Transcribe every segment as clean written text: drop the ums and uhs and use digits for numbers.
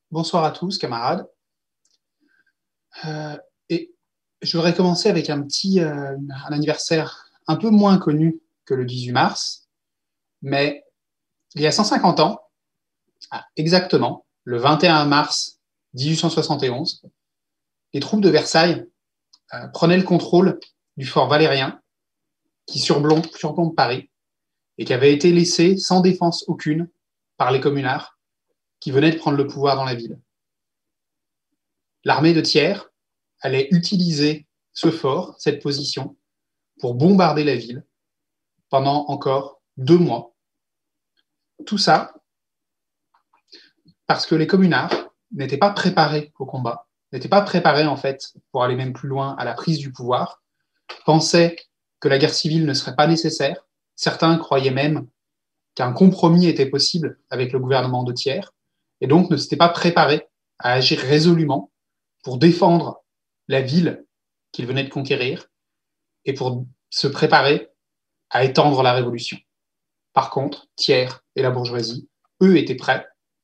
Bonsoir à tous, camarades. Et je voudrais commencer avec un anniversaire un peu moins connu que le 18 mars, mais il y a 150 ans, exactement, le 21 mars 1871, les troupes de Versailles prenaient le contrôle du fort Valérien qui surplombe Paris et qui avait été laissé sans défense aucune par les communards qui venaient de prendre le pouvoir dans la ville. L'armée de Thiers allait utiliser ce fort, cette position, pour bombarder la ville pendant encore 2 mois. Tout ça parce que les communards n'étaient pas préparés au combat, n'étaient pas préparés en fait pour aller même plus loin à la prise du pouvoir, pensaient que la guerre civile ne serait pas nécessaire. Certains croyaient même qu'un compromis était possible avec le gouvernement de Thiers et donc ne s'étaient pas préparés à agir résolument pour défendre la ville qu'ils venaient de conquérir et pour se préparer à étendre la révolution. Par contre, Thiers et la bourgeoisie, eux, étaient prêts,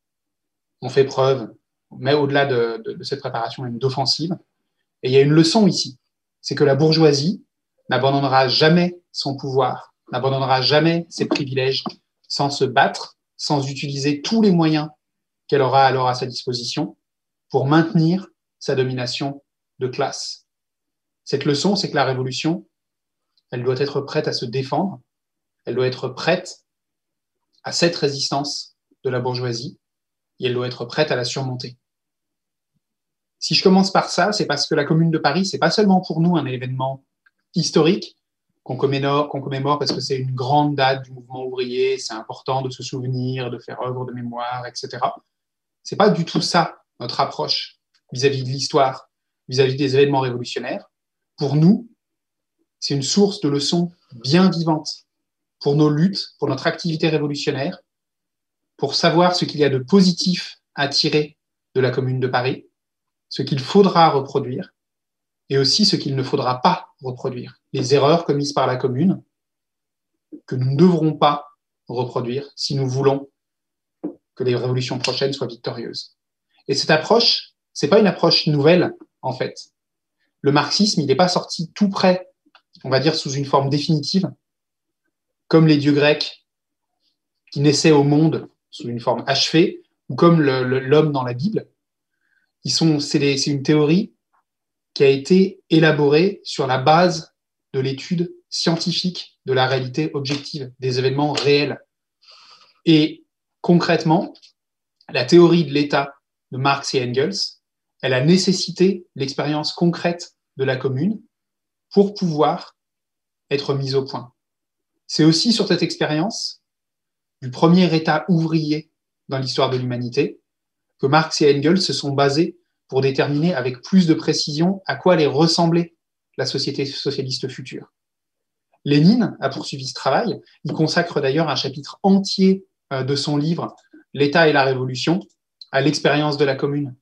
ont fait preuve, mais au-delà de cette préparation, même d'offensive. Et il y a une leçon ici, c'est que la bourgeoisie n'abandonnera jamais son pouvoir, n'abandonnera jamais ses privilèges sans se battre, sans utiliser tous les moyens qu'elle aura alors à sa disposition pour maintenir sa domination de classe. Cette leçon, c'est que la révolution, elle doit être prête à se défendre, elle doit être prête à cette résistance de la bourgeoisie, et elle doit être prête à la surmonter. Si je commence par ça, c'est parce que la Commune de Paris, c'est pas seulement pour nous un événement historique qu'on commémore parce que c'est une grande date du mouvement ouvrier, c'est important de se souvenir, de faire œuvre de mémoire, etc. C'est pas du tout ça notre approche vis-à-vis de l'histoire, vis-à-vis des événements révolutionnaires. Pour nous, c'est une source de leçons bien vivantes pour nos luttes, pour notre activité révolutionnaire, pour savoir ce qu'il y a de positif à tirer de la Commune de Paris, ce qu'il faudra reproduire, et aussi ce qu'il ne faudra pas reproduire. Les erreurs commises par la Commune, que nous ne devrons pas reproduire si nous voulons que les révolutions prochaines soient victorieuses. Et cette approche, ce n'est pas une approche nouvelle, en fait. Le marxisme, il n'est pas sorti tout près, on va dire sous une forme définitive, comme les dieux grecs qui naissaient au monde sous une forme achevée, ou comme l'homme dans la Bible. C'est une théorie qui a été élaborée sur la base de l'étude scientifique de la réalité objective, des événements réels. Et concrètement, la théorie de l'État de Marx et Engels, elle a nécessité l'expérience concrète de la Commune pour pouvoir être mise au point. C'est aussi sur cette expérience du premier État ouvrier dans l'histoire de l'humanité que Marx et Engels se sont basés pour déterminer avec plus de précision à quoi allait ressembler la société socialiste future. Lénine a poursuivi ce travail. Il consacre d'ailleurs un chapitre entier de son livre « L'État et la Révolution » à l'expérience de la Commune.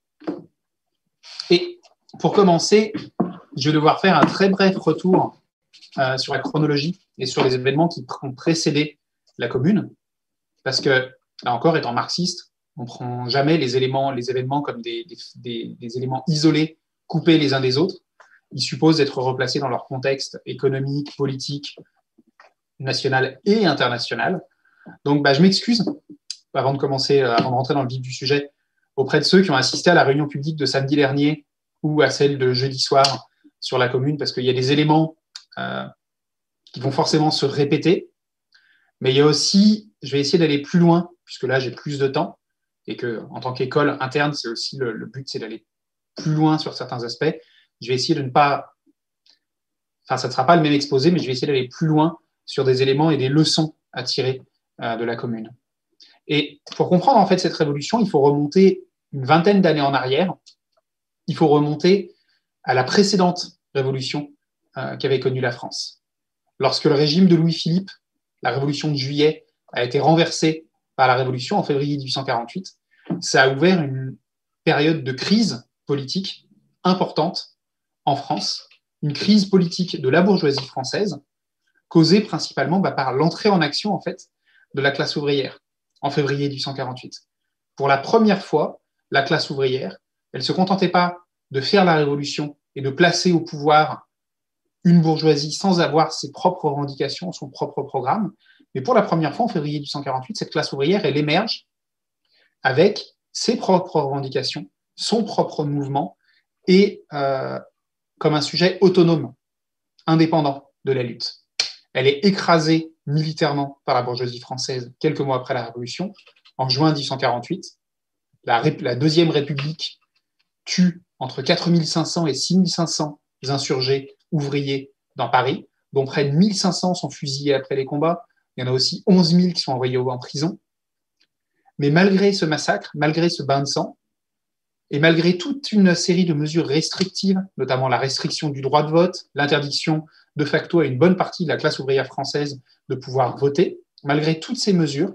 Et pour commencer, je vais devoir faire un très bref retour sur la chronologie et sur les événements qui ont précédé la Commune, parce que, là encore, étant marxiste, on ne prend jamais les événements comme des éléments isolés, coupés les uns des autres. Ils supposent être replacés dans leur contexte économique, politique, national et international. Donc, je m'excuse, avant de rentrer dans le vif du sujet, auprès de ceux qui ont assisté à la réunion publique de samedi dernier ou à celle de jeudi soir sur la Commune, parce qu'il y a des éléments qui vont forcément se répéter, mais il y a aussi, je vais essayer d'aller plus loin, puisque là j'ai plus de temps, et qu'en tant qu'école interne, c'est aussi le but, c'est d'aller plus loin sur certains aspects. Je vais essayer de ne pas... Enfin, ça ne sera pas le même exposé, mais je vais essayer d'aller plus loin sur des éléments et des leçons à tirer de la Commune. Et pour comprendre en fait cette révolution, il faut remonter une vingtaine d'années en arrière. Il faut remonter à la précédente révolution qu'avait connue la France. Lorsque le régime de Louis-Philippe, la révolution de juillet, a été renversée par la révolution en février 1848, ça a ouvert une période de crise politique importante en France, une crise politique de la bourgeoisie française, causée principalement par l'entrée en action en fait, de la classe ouvrière en février 1848. Pour la première fois, la classe ouvrière. Elle ne se contentait pas de faire la révolution et de placer au pouvoir une bourgeoisie sans avoir ses propres revendications, son propre programme. Mais pour la première fois, en février 1848, cette classe ouvrière, elle émerge avec ses propres revendications, son propre mouvement et comme un sujet autonome, indépendant de la lutte. Elle est écrasée militairement par la bourgeoisie française quelques mois après la Révolution. En juin 1848, la Deuxième République tue entre 4500 et 6500 insurgés ouvriers dans Paris, dont près de 1500 sont fusillés après les combats. Il y en a aussi 11 000 qui sont envoyés en prison. Mais malgré ce massacre, malgré ce bain de sang, et malgré toute une série de mesures restrictives, notamment la restriction du droit de vote, l'interdiction de facto à une bonne partie de la classe ouvrière française de pouvoir voter, malgré toutes ces mesures,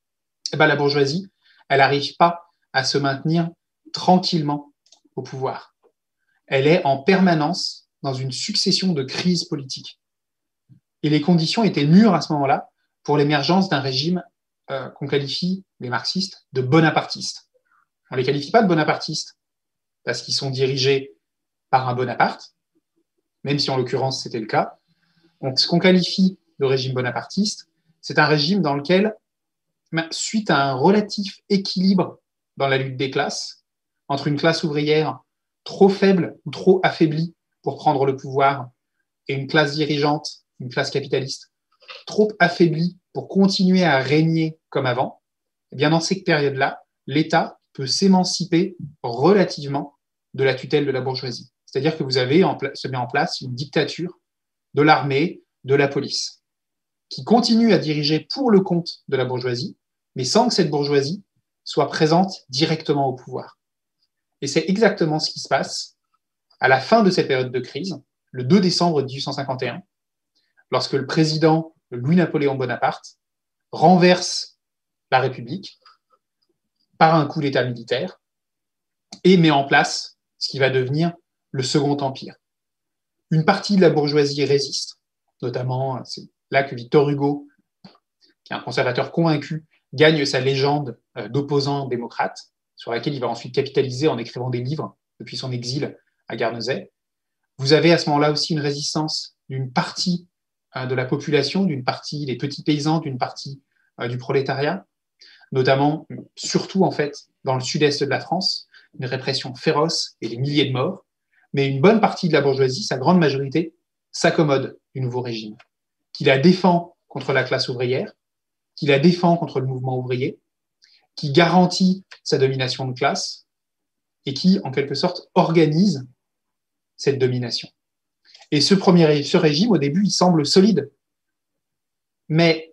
la bourgeoisie, elle n'arrive pas à se maintenir tranquillement au pouvoir. Elle est en permanence dans une succession de crises politiques. Et les conditions étaient mûres à ce moment-là pour l'émergence d'un régime qu'on qualifie, les marxistes, de bonapartiste. On ne les qualifie pas de bonapartistes parce qu'ils sont dirigés par un Bonaparte, même si en l'occurrence c'était le cas. Donc, ce qu'on qualifie de régime bonapartiste, c'est un régime dans lequel, suite à un relatif équilibre dans la lutte des classes, entre une classe ouvrière trop faible ou trop affaiblie pour prendre le pouvoir et une classe dirigeante, une classe capitaliste, trop affaiblie pour continuer à régner comme avant, eh bien dans cette période-là, l'État peut s'émanciper relativement de la tutelle de la bourgeoisie. C'est-à-dire que se met en place une dictature de l'armée, de la police, qui continue à diriger pour le compte de la bourgeoisie, mais sans que cette bourgeoisie soit présente directement au pouvoir. Et c'est exactement ce qui se passe à la fin de cette période de crise, le 2 décembre 1851, lorsque le président Louis-Napoléon Bonaparte renverse la République par un coup d'État militaire et met en place ce qui va devenir le Second Empire. Une partie de la bourgeoisie résiste, notamment, c'est là que Victor Hugo, qui est un conservateur convaincu, gagne sa légende d'opposant démocrate, sur laquelle il va ensuite capitaliser en écrivant des livres depuis son exil à Guernesey. Vous avez à ce moment-là aussi une résistance d'une partie de la population, d'une partie des petits paysans, d'une partie du prolétariat, notamment, surtout en fait, dans le sud-est de la France, une répression féroce et des milliers de morts. Mais une bonne partie de la bourgeoisie, sa grande majorité, s'accommode du nouveau régime, qui la défend contre la classe ouvrière, qui la défend contre le mouvement ouvrier, qui garantit sa domination de classe et qui, en quelque sorte, organise cette domination. Et ce régime, au début, il semble solide. Mais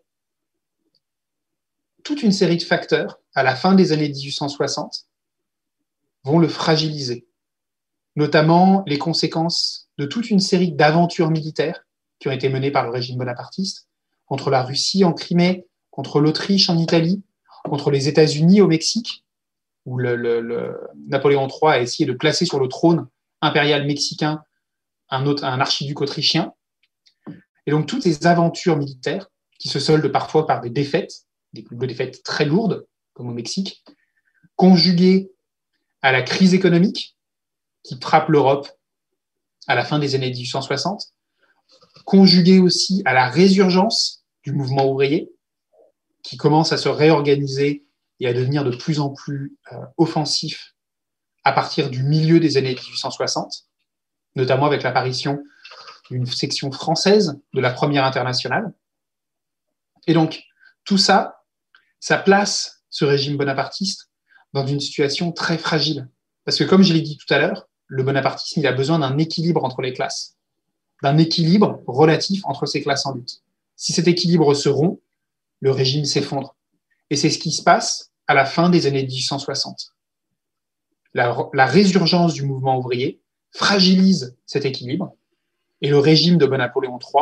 toute une série de facteurs, à la fin des années 1860, vont le fragiliser. Notamment les conséquences de toute une série d'aventures militaires qui ont été menées par le régime bonapartiste contre la Russie en Crimée, contre l'Autriche en Italie, contre les États-Unis au Mexique, où Napoléon III a essayé de placer sur le trône impérial mexicain un archiduc autrichien. Et donc toutes ces aventures militaires, qui se soldent parfois par des défaites très lourdes, comme au Mexique, conjuguées à la crise économique qui frappe l'Europe à la fin des années 1860, conjuguées aussi à la résurgence du mouvement ouvrier, qui commence à se réorganiser et à devenir de plus en plus offensif à partir du milieu des années 1860, notamment avec l'apparition d'une section française de la Première Internationale. Et donc, tout ça, ça place ce régime bonapartiste dans une situation très fragile. Parce que, comme je l'ai dit tout à l'heure, le bonapartisme, il a besoin d'un équilibre entre les classes, d'un équilibre relatif entre ces classes en lutte. Si cet équilibre se rompt, le régime s'effondre. Et c'est ce qui se passe à la fin des années 1860. La résurgence du mouvement ouvrier fragilise cet équilibre et le régime de Napoléon III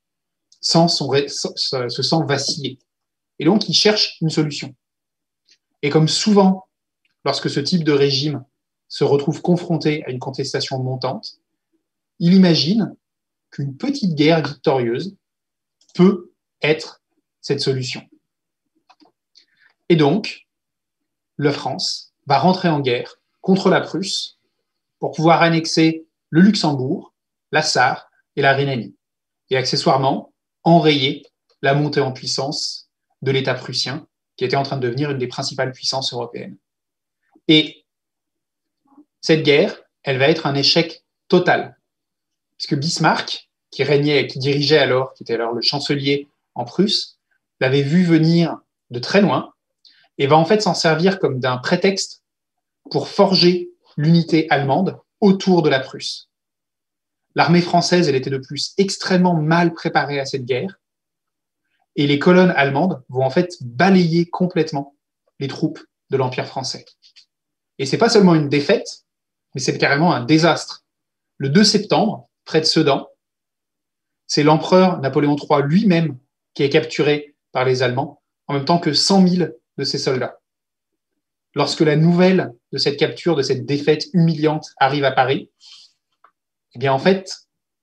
se sent vaciller. Et donc, il cherche une solution. Et comme souvent, lorsque ce type de régime se retrouve confronté à une contestation montante, il imagine qu'une petite guerre victorieuse peut être cette solution. Et donc, la France va rentrer en guerre contre la Prusse pour pouvoir annexer le Luxembourg, la Sarre et la Rhénanie, et accessoirement enrayer la montée en puissance de l'État prussien, qui était en train de devenir une des principales puissances européennes. Et cette guerre, elle va être un échec total, puisque Bismarck, qui régnait, qui dirigeait alors, qui était alors le chancelier en Prusse, l'avait vu venir de très loin et va en fait s'en servir comme d'un prétexte pour forger l'unité allemande autour de la Prusse. L'armée française, elle était de plus extrêmement mal préparée à cette guerre, et les colonnes allemandes vont en fait balayer complètement les troupes de l'Empire français. Et c'est pas seulement une défaite, mais c'est carrément un désastre. Le 2 septembre, près de Sedan, c'est l'empereur Napoléon III lui-même qui est capturé par les Allemands, en même temps que 100 000 de ses soldats. Lorsque la nouvelle de cette capture, de cette défaite humiliante arrive à Paris, eh bien en fait,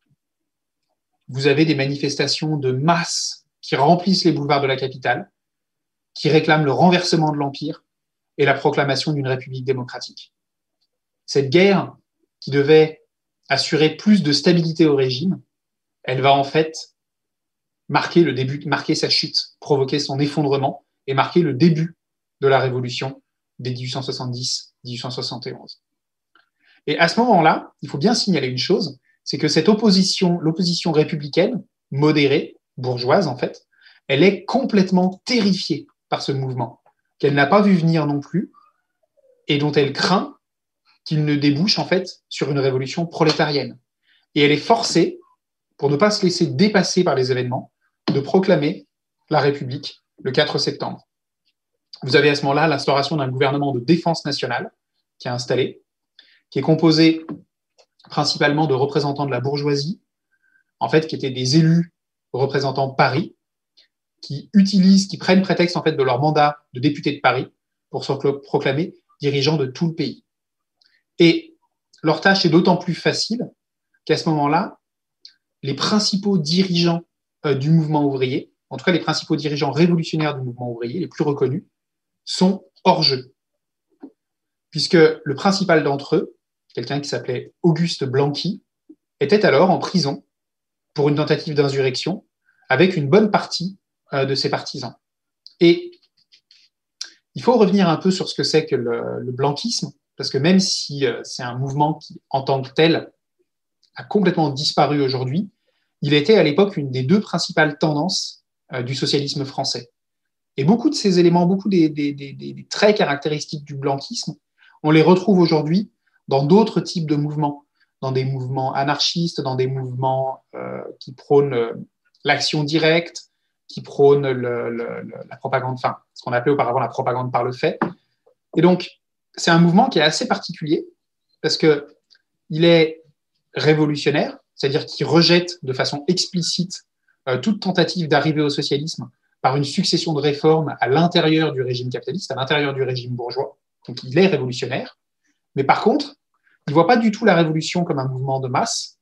vous avez des manifestations de masse qui remplissent les boulevards de la capitale, qui réclament le renversement de l'Empire et la proclamation d'une république démocratique. Cette guerre, qui devait assurer plus de stabilité au régime, elle va en fait marquer le début, marquer sa chute, provoquer son effondrement et marquer le début de la révolution dès 1870-1871. Et à ce moment-là, il faut bien signaler une chose, c'est que cette opposition, l'opposition républicaine, modérée, bourgeoise en fait, elle est complètement terrifiée par ce mouvement, qu'elle n'a pas vu venir non plus, et dont elle craint qu'il ne débouche en fait sur une révolution prolétarienne. Et elle est forcée, pour ne pas se laisser dépasser par les événements, de proclamer la République le 4 septembre. Vous avez à ce moment-là l'instauration d'un gouvernement de défense nationale qui est installé, qui est composé principalement de représentants de la bourgeoisie, en fait, qui étaient des élus représentant Paris, qui prennent prétexte en fait de leur mandat de député de Paris pour se proclamer dirigeants de tout le pays. Et leur tâche est d'autant plus facile qu'à ce moment-là, les principaux dirigeants du mouvement ouvrier, en tout cas les principaux dirigeants révolutionnaires du mouvement ouvrier, les plus reconnus, sont hors jeu. Puisque le principal d'entre eux, quelqu'un qui s'appelait Auguste Blanqui, était alors en prison pour une tentative d'insurrection avec une bonne partie de ses partisans. Et il faut revenir un peu sur ce que c'est que le blanquisme, parce que même si c'est un mouvement qui, en tant que tel, a complètement disparu aujourd'hui, il était à l'époque une des deux principales tendances du socialisme français. Et beaucoup de ces éléments, beaucoup des traits caractéristiques du blanquisme, on les retrouve aujourd'hui dans d'autres types de mouvements, dans des mouvements anarchistes, dans des mouvements qui prônent l'action directe, qui prônent la propagande, enfin, ce qu'on appelait auparavant la propagande par le fait. Et donc, c'est un mouvement qui est assez particulier parce qu'il est révolutionnaire, c'est-à-dire qu'il rejette de façon explicite toute tentative d'arriver au socialisme par une succession de réformes à l'intérieur du régime capitaliste, à l'intérieur du régime bourgeois. Donc, il est révolutionnaire. Mais par contre, il ne voit pas du tout la révolution comme un mouvement de masse,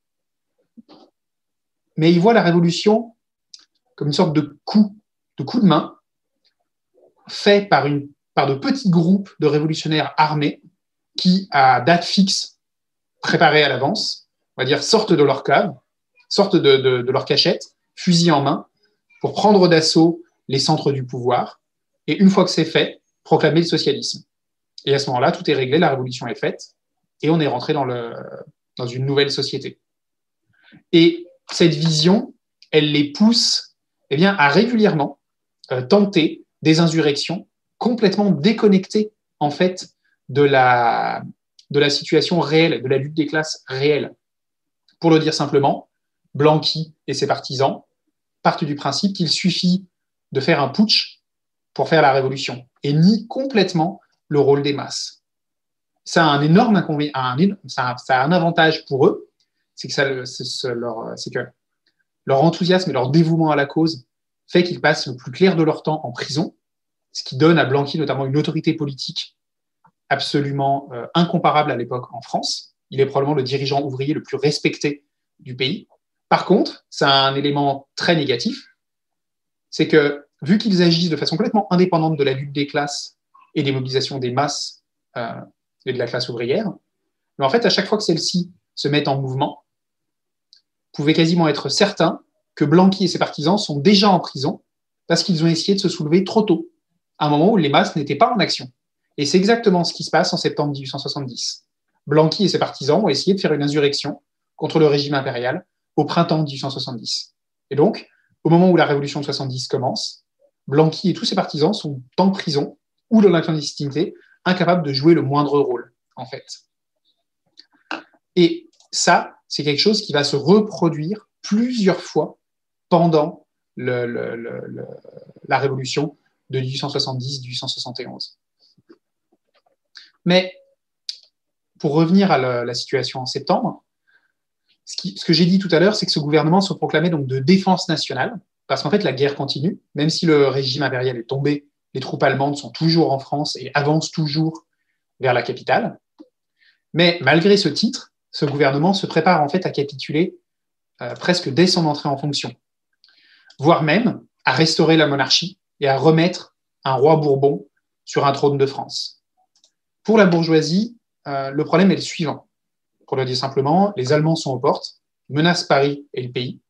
mais il voit la révolution comme une sorte de coup de main fait par de petits groupes de révolutionnaires armés qui, à date fixe, préparés à l'avance, on va dire, sortent de leur cave, sortent de leur cachette, fusil en main, pour prendre d'assaut les centres du pouvoir, et une fois que c'est fait, proclamer le socialisme. Et à ce moment-là, tout est réglé, la révolution est faite, et on est rentré dans une nouvelle société. Et cette vision, elle les pousse à régulièrement tenter des insurrections complètement déconnectées, en fait, de la situation réelle, de la lutte des classes réelle. Pour le dire simplement, Blanqui et ses partisans partent du principe qu'il suffit de faire un putsch pour faire la révolution et nient complètement le rôle des masses. Ça a un énorme ça a un avantage pour eux, c'est que leur enthousiasme et leur dévouement à la cause fait qu'ils passent le plus clair de leur temps en prison, ce qui donne à Blanqui notamment une autorité politique absolument incomparable à l'époque en France. Il est probablement le dirigeant ouvrier le plus respecté du pays. Par contre, ça a un élément très négatif, c'est que vu qu'ils agissent de façon complètement indépendante de la lutte des classes et des mobilisations des masses et de la classe ouvrière. Mais en fait, à chaque fois que celle-ci se met en mouvement, vous pouvez quasiment être certain que Blanqui et ses partisans sont déjà en prison parce qu'ils ont essayé de se soulever trop tôt, à un moment où les masses n'étaient pas en action. Et c'est exactement ce qui se passe en septembre 1870. Blanqui et ses partisans ont essayé de faire une insurrection contre le régime impérial au printemps 1870. Et donc, au moment où la révolution de 70 commence, Blanqui et tous ses partisans sont en prison ou dans la clandestinité, incapables de jouer le moindre rôle, en fait. Et ça, c'est quelque chose qui va se reproduire plusieurs fois pendant la révolution de 1870-1871. Mais pour revenir à la situation en septembre, ce que j'ai dit tout à l'heure, c'est que ce gouvernement se proclamait donc de défense nationale, parce qu'en fait, la guerre continue. Même si le régime impérial est tombé, les troupes allemandes sont toujours en France et avancent toujours vers la capitale. Mais malgré ce titre, ce gouvernement se prépare en fait à capituler presque dès son entrée en fonction, voire même à restaurer la monarchie et à remettre un roi Bourbon sur un trône de France. Pour la bourgeoisie, le problème est le suivant. Pour le dire simplement, les Allemands sont aux portes, menacent Paris et le pays,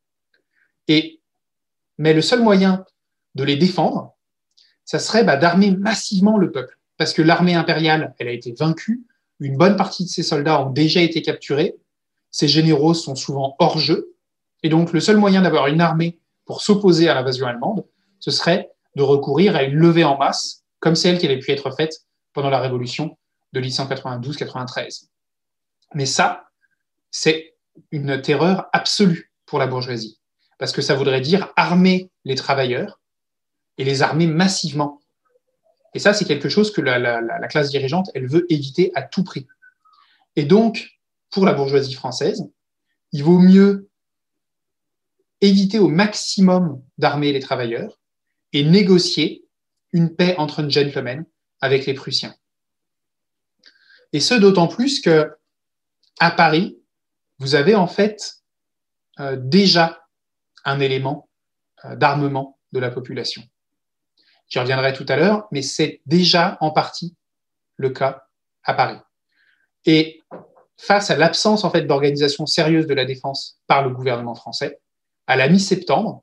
mais le seul moyen de les défendre, ça serait d'armer massivement le peuple. Parce que l'armée impériale, elle a été vaincue, une bonne partie de ses soldats ont déjà été capturés, ses généraux sont souvent hors jeu, et donc le seul moyen d'avoir une armée pour s'opposer à l'invasion allemande, ce serait de recourir à une levée en masse, comme celle qui avait pu être faite pendant la Révolution de 1892-93. Mais ça, c'est une terreur absolue pour la bourgeoisie, parce que ça voudrait dire armer les travailleurs et les armer massivement. Et ça, c'est quelque chose que la classe dirigeante, elle veut éviter à tout prix. Et donc, pour la bourgeoisie française, il vaut mieux éviter au maximum d'armer les travailleurs et négocier une paix entre gentlemen avec les Prussiens. Et ce, d'autant plus que à Paris, vous avez en fait déjà un élément d'armement de la population. J'y reviendrai tout à l'heure, mais c'est déjà en partie le cas à Paris. Et face à l'absence en fait d'organisation sérieuse de la défense par le gouvernement français, à la mi-septembre,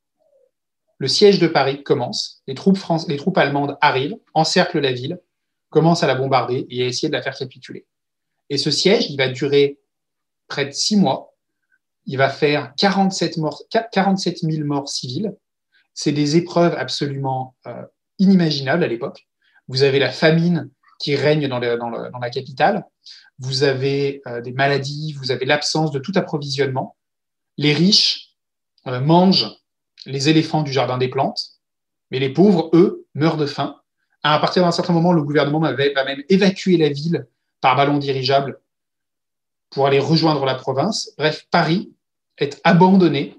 le siège de Paris commence, les troupes allemandes arrivent, encerclent la ville, commencent à la bombarder et à essayer de la faire capituler. Et ce siège, il va durer près de 6 mois, il va faire 47 000 morts civiles. C'est des épreuves absolument inimaginables à l'époque. Vous avez la famine qui règne dans la capitale, vous avez des maladies, vous avez l'absence de tout approvisionnement. Les riches mangent les éléphants du jardin des plantes, mais les pauvres, eux, meurent de faim. À partir d'un certain moment, le gouvernement va même évacuer la ville par ballon dirigeable pour aller rejoindre la province. Bref, Paris est abandonné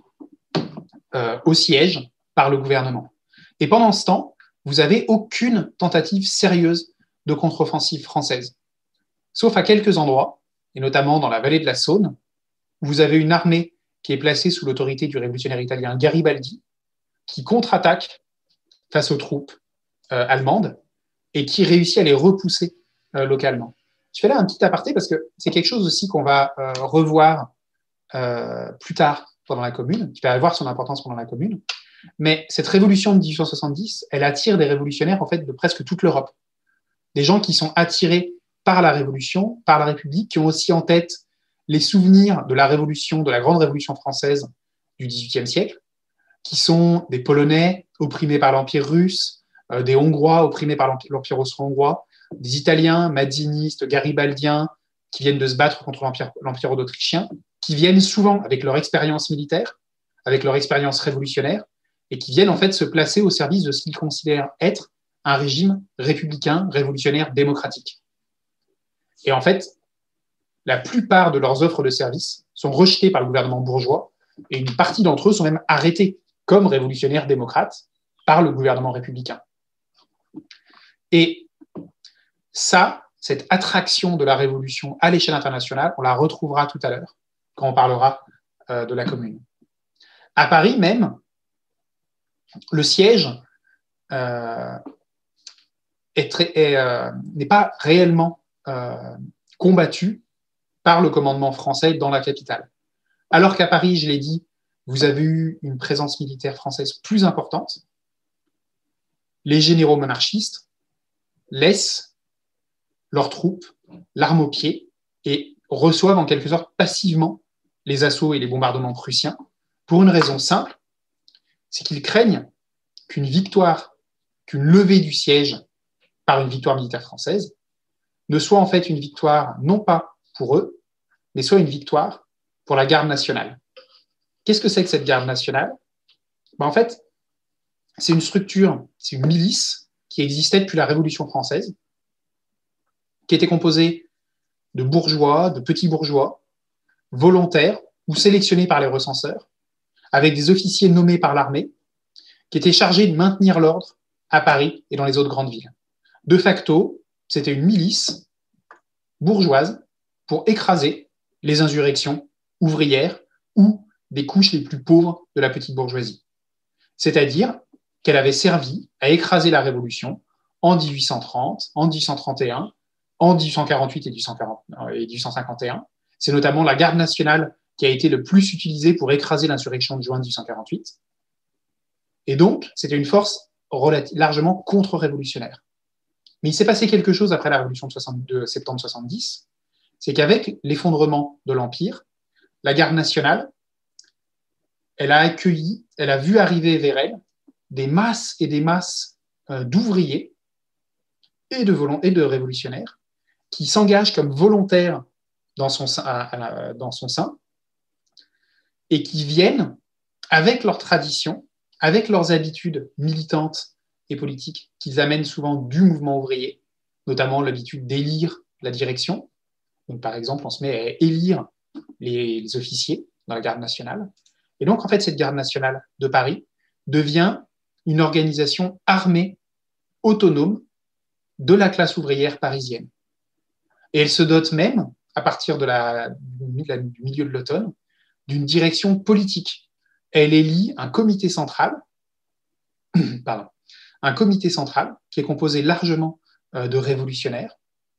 au siège par le gouvernement. Et pendant ce temps, vous n'avez aucune tentative sérieuse de contre-offensive française. Sauf à quelques endroits, et notamment dans la vallée de la Saône, où vous avez une armée qui est placée sous l'autorité du révolutionnaire italien Garibaldi, qui contre-attaque face aux troupes allemandes et qui réussit à les repousser localement. Je fais là un petit aparté parce que c'est quelque chose aussi qu'on va revoir plus tard pendant la Commune, qui va avoir son importance pendant la Commune. Mais cette révolution de 1870, elle attire des révolutionnaires en fait de presque toute l'Europe. Des gens qui sont attirés par la Révolution, par la République, qui ont aussi en tête les souvenirs de la Révolution, de la grande Révolution française du XVIIIe siècle, qui sont des Polonais opprimés par l'Empire russe, des Hongrois opprimés par l'Empire austro-hongrois, des Italiens, mazzinistes, garibaldiens, qui viennent de se battre contre l'Empire autrichien, qui viennent souvent avec leur expérience militaire, avec leur expérience révolutionnaire, et qui viennent en fait se placer au service de ce qu'ils considèrent être un régime républicain, révolutionnaire, démocratique. Et en fait, la plupart de leurs offres de services sont rejetées par le gouvernement bourgeois, et une partie d'entre eux sont même arrêtés comme révolutionnaires démocrates par le gouvernement républicain. Et ça, cette attraction de la révolution à l'échelle internationale, on la retrouvera tout à l'heure quand on parlera de la Commune. À Paris même, le siège n'est pas réellement combattue par le commandement français dans la capitale. Alors qu'à Paris, je l'ai dit, vous avez eu une présence militaire française plus importante. Les généraux monarchistes laissent leurs troupes, l'arme au pied, et reçoivent en quelque sorte passivement les assauts et les bombardements prussiens, pour une raison simple, c'est qu'ils craignent qu'une victoire, qu'une levée du siège par une victoire militaire française, ne soit en fait une victoire non pas pour eux, mais soit une victoire pour la garde nationale. Qu'est-ce que c'est que cette garde nationale? En fait, c'est une structure, c'est une milice qui existait depuis la Révolution française, qui était composée de bourgeois, de petits bourgeois, volontaires ou sélectionnés par les recenseurs, avec des officiers nommés par l'armée, qui étaient chargés de maintenir l'ordre à Paris et dans les autres grandes villes. De facto, c'était une milice bourgeoise pour écraser les insurrections ouvrières ou des couches les plus pauvres de la petite bourgeoisie. C'est-à-dire qu'elle avait servi à écraser la Révolution en 1830, en 1831, en 1848 et 1851. C'est notamment la garde nationale qui a été le plus utilisée pour écraser l'insurrection de juin 1848. Et donc, c'était une force largement contre-révolutionnaire. Mais il s'est passé quelque chose après la révolution de septembre 70, c'est qu'avec l'effondrement de l'Empire, la garde nationale, elle a vu arriver vers elle des masses et des masses d'ouvriers et de révolutionnaires qui s'engagent comme volontaires dans son sein et qui viennent avec leurs traditions, avec leurs habitudes militantes et politiques qu'ils amènent souvent du mouvement ouvrier, notamment l'habitude d'élire la direction. Donc, par exemple, on se met à élire les officiers dans la garde nationale. Et donc, en fait, cette garde nationale de Paris devient une organisation armée autonome de la classe ouvrière parisienne. Et elle se dote même, à partir du milieu de l'automne, d'une direction politique. Elle élit un comité central, qui est composé largement de révolutionnaires,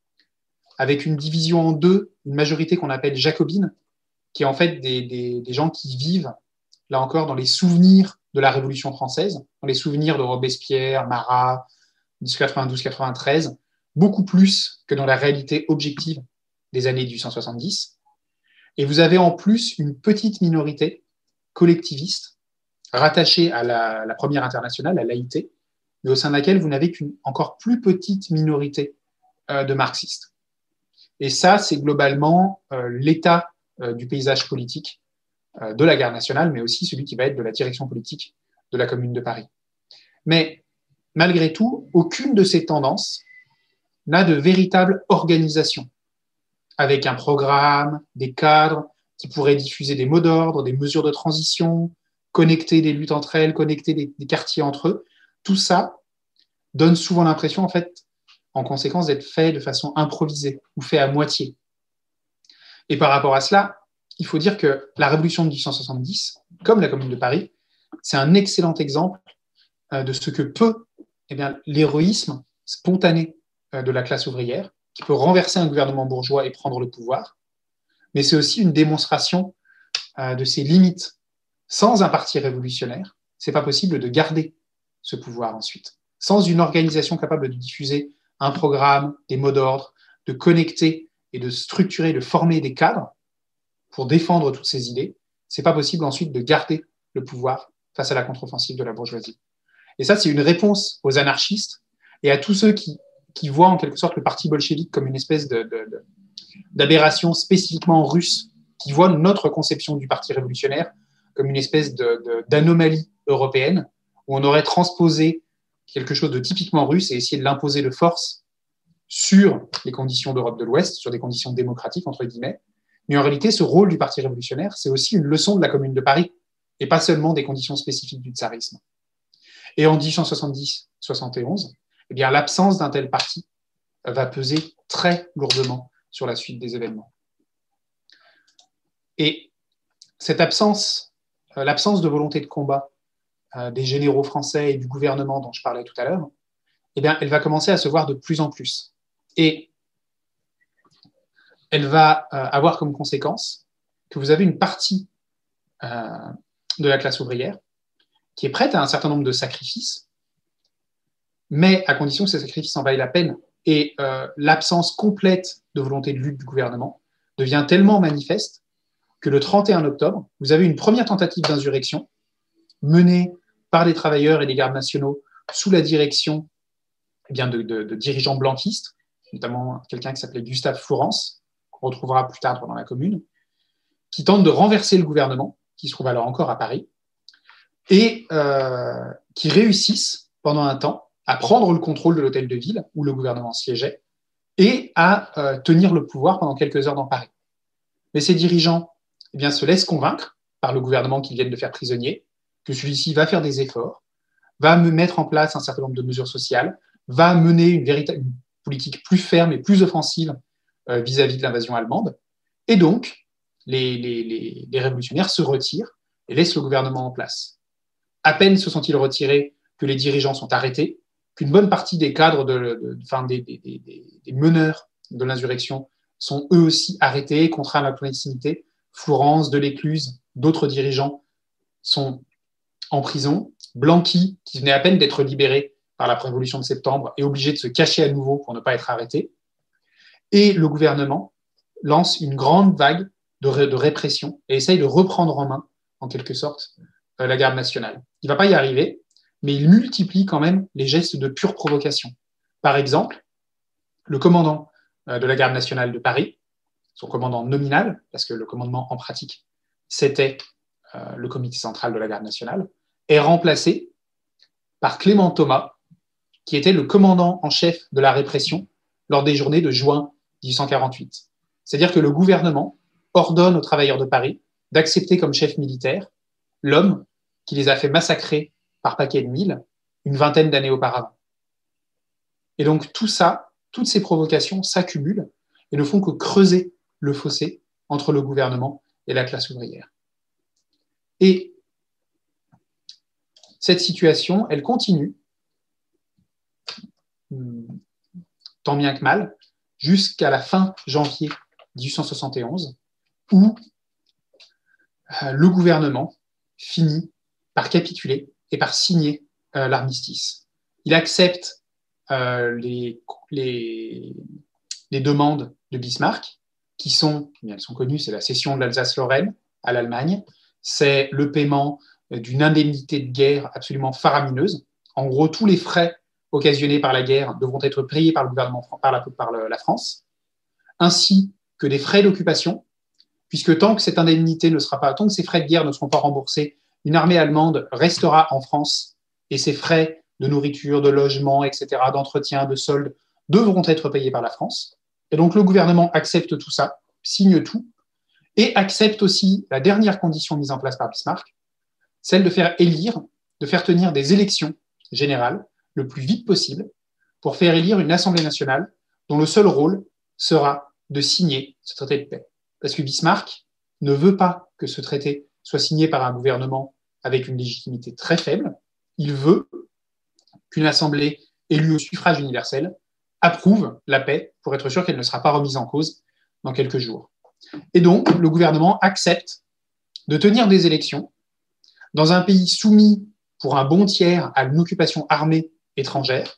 avec une division en deux, une majorité qu'on appelle jacobine, qui est en fait des gens qui vivent, là encore, dans les souvenirs de la Révolution française, dans les souvenirs de Robespierre, Marat, 1892-93, beaucoup plus que dans la réalité objective des années 1870. Et vous avez en plus une petite minorité collectiviste rattachée à la Première Internationale, à l'AIT, mais au sein de laquelle vous n'avez qu'une encore plus petite minorité de marxistes. Et ça, c'est globalement l'état du paysage politique de la garde nationale, mais aussi celui qui va être de la direction politique de la Commune de Paris. Mais malgré tout, aucune de ces tendances n'a de véritable organisation, avec un programme, des cadres qui pourraient diffuser des mots d'ordre, des mesures de transition, connecter des luttes entre elles, connecter des quartiers entre eux. Tout ça donne souvent l'impression, en fait, en conséquence, d'être fait de façon improvisée ou fait à moitié. Et par rapport à cela, il faut dire que la Révolution de 1870, comme la Commune de Paris, c'est un excellent exemple de ce que peut l'héroïsme spontané de la classe ouvrière, qui peut renverser un gouvernement bourgeois et prendre le pouvoir, mais c'est aussi une démonstration de ses limites. Sans un parti révolutionnaire, ce n'est pas possible de garder ce pouvoir ensuite. Sans une organisation capable de diffuser un programme, des mots d'ordre, de connecter et de structurer, de former des cadres pour défendre toutes ces idées, ce n'est pas possible ensuite de garder le pouvoir face à la contre-offensive de la bourgeoisie. Et ça, c'est une réponse aux anarchistes et à tous ceux qui voient en quelque sorte le parti bolchevique comme une espèce d'aberration spécifiquement russe, qui voient notre conception du parti révolutionnaire comme une espèce d'anomalie européenne, où on aurait transposé quelque chose de typiquement russe et essayé de l'imposer de force sur les conditions d'Europe de l'Ouest, sur des conditions démocratiques, entre guillemets. Mais en réalité, ce rôle du parti révolutionnaire, c'est aussi une leçon de la Commune de Paris, et pas seulement des conditions spécifiques du tsarisme. Et en 1870-71, eh bien, l'absence d'un tel parti va peser très lourdement sur la suite des événements. Et cette absence, l'absence de volonté de combat des généraux français et du gouvernement dont je parlais tout à l'heure, eh bien, elle va commencer à se voir de plus en plus. Et elle va avoir comme conséquence que vous avez une partie de la classe ouvrière qui est prête à un certain nombre de sacrifices, mais à condition que ces sacrifices en vaillent la peine. Et l'absence complète de volonté de lutte du gouvernement devient tellement manifeste que le 31 octobre, vous avez une première tentative d'insurrection menée par des travailleurs et des gardes nationaux sous la direction de dirigeants blanquistes, notamment quelqu'un qui s'appelait Gustave Flourens, qu'on retrouvera plus tard dans la Commune, qui tentent de renverser le gouvernement, qui se trouve alors encore à Paris, et qui réussissent pendant un temps à prendre le contrôle de l'hôtel de ville où le gouvernement siégeait et à tenir le pouvoir pendant quelques heures dans Paris. Mais ces dirigeants se laissent convaincre par le gouvernement qu'ils viennent de faire prisonnier, que celui-ci va faire des efforts, va mettre en place un certain nombre de mesures sociales, va mener une politique plus ferme et plus offensive vis-à-vis de l'invasion allemande. Et donc, les révolutionnaires se retirent et laissent le gouvernement en place. À peine se sont-ils retirés que les dirigeants sont arrêtés, qu'une bonne partie des cadres, des meneurs de l'insurrection sont eux aussi arrêtés, contraints à la clandestinité. Flourens, Delécluze, d'autres dirigeants sont en prison. Blanqui, qui venait à peine d'être libéré par la Révolution de septembre, est obligé de se cacher à nouveau pour ne pas être arrêté. Et le gouvernement lance une grande vague de répression et essaye de reprendre en main, en quelque sorte, la garde nationale. Il ne va pas y arriver, mais il multiplie quand même les gestes de pure provocation. Par exemple, le commandant de la garde nationale de Paris, son commandant nominal, parce que le commandement en pratique, c'était le comité central de la garde nationale, est remplacé par Clément Thomas, qui était le commandant en chef de la répression lors des journées de juin 1848. C'est-à-dire que le gouvernement ordonne aux travailleurs de Paris d'accepter comme chef militaire l'homme qui les a fait massacrer par paquets de mille une vingtaine d'années auparavant. Et donc tout ça, toutes ces provocations s'accumulent et ne font que creuser le fossé entre le gouvernement et la classe ouvrière. Et cette situation, elle continue, tant bien que mal, jusqu'à la fin janvier 1871, où le gouvernement finit par capituler et par signer l'armistice. Il accepte les demandes de Bismarck, elles sont connues, c'est la cession de l'Alsace-Lorraine à l'Allemagne, c'est le paiement d'une indemnité de guerre absolument faramineuse. En gros, tous les frais occasionnés par la guerre devront être payés par le gouvernement, par la France, ainsi que des frais d'occupation, puisque tant que cette indemnité ne sera pas, tant que ces frais de guerre ne seront pas remboursés, une armée allemande restera en France et ses frais de nourriture, de logement, etc., d'entretien, de solde, devront être payés par la France. Et donc le gouvernement accepte tout ça, signe tout, et accepte aussi la dernière condition mise en place par Bismarck, celle de faire élire, de faire tenir des élections générales le plus vite possible pour faire élire une Assemblée nationale dont le seul rôle sera de signer ce traité de paix. Parce que Bismarck ne veut pas que ce traité soit signé par un gouvernement avec une légitimité très faible. Il veut qu'une Assemblée élue au suffrage universel approuve la paix pour être sûr qu'elle ne sera pas remise en cause dans quelques jours. Et donc, le gouvernement accepte de tenir des élections dans un pays soumis pour un bon tiers à une occupation armée étrangère,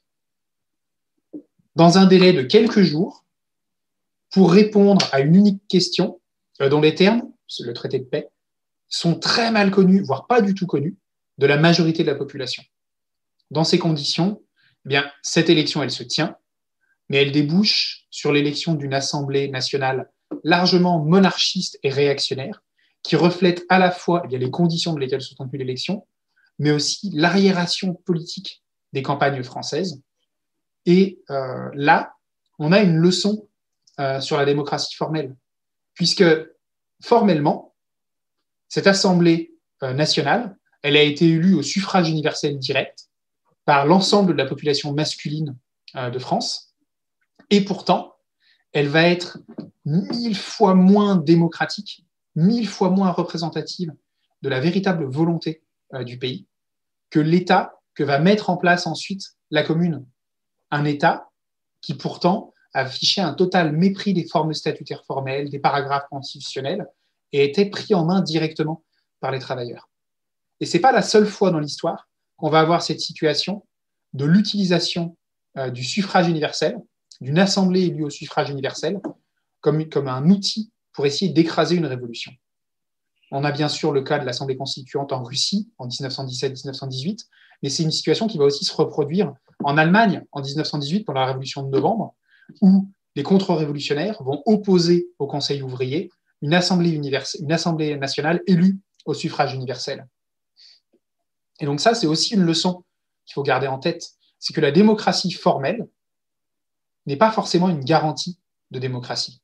dans un délai de quelques jours, pour répondre à une unique question dont les termes, le traité de paix, sont très mal connus, voire pas du tout connus, de la majorité de la population. Dans ces conditions, eh bien, cette élection, elle se tient, mais elle débouche sur l'élection d'une Assemblée nationale largement monarchiste et réactionnaire, qui reflète à la fois les conditions dans lesquelles se conclut l'élection, mais aussi l'arriération politique des campagnes françaises. Et là, on a une leçon sur la démocratie formelle, puisque formellement, cette Assemblée nationale, elle a été élue au suffrage universel direct par l'ensemble de la population masculine de France, et pourtant, elle va être 1000 fois moins démocratique, 1000 fois moins représentative de la véritable volonté du pays que l'État que va mettre en place ensuite la Commune. un État qui pourtant affichait un total mépris des formes statutaires formelles, des paragraphes constitutionnels, et était pris en main directement par les travailleurs. Et ce n'est pas la seule fois dans l'histoire qu'on va avoir cette situation de l'utilisation du suffrage universel, d'une assemblée élue au suffrage universel, comme un outil pour essayer d'écraser une révolution. On a bien sûr le cas de l'Assemblée constituante en Russie en 1917-1918, mais c'est une situation qui va aussi se reproduire en Allemagne en 1918 pendant la Révolution de novembre, où les contre-révolutionnaires vont opposer au Conseil ouvrier une assemblée nationale élue au suffrage universel. Et donc ça, c'est aussi une leçon qu'il faut garder en tête, c'est que la démocratie formelle n'est pas forcément une garantie de démocratie.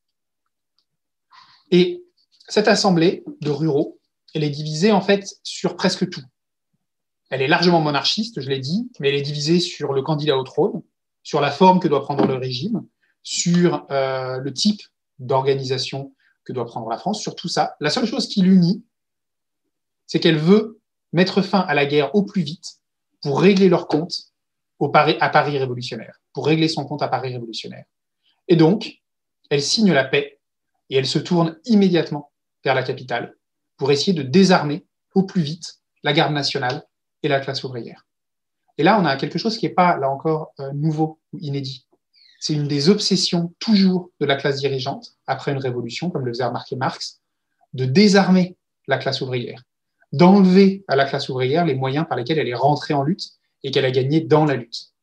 Et cette assemblée de ruraux, elle est divisée en fait sur presque tout. Elle est largement monarchiste, je l'ai dit, mais elle est divisée sur le candidat au trône, sur la forme que doit prendre le régime, sur le type d'organisation que doit prendre la France, sur tout ça. La seule chose qui l'unit, c'est qu'elle veut mettre fin à la guerre au plus vite pour régler leur compte à Paris révolutionnaire, pour régler son compte à Paris révolutionnaire. Et donc, elle signe la paix et elle se tourne immédiatement vers la capitale pour essayer de désarmer au plus vite la garde nationale et la classe ouvrière. Et là, on a quelque chose qui n'est pas, là encore, nouveau ou inédit. C'est une des obsessions toujours de la classe dirigeante, après une révolution, comme le faisait remarquer Marx, de désarmer la classe ouvrière, d'enlever à la classe ouvrière les moyens par lesquels elle est rentrée en lutte et qu'elle a gagné dans la lutte.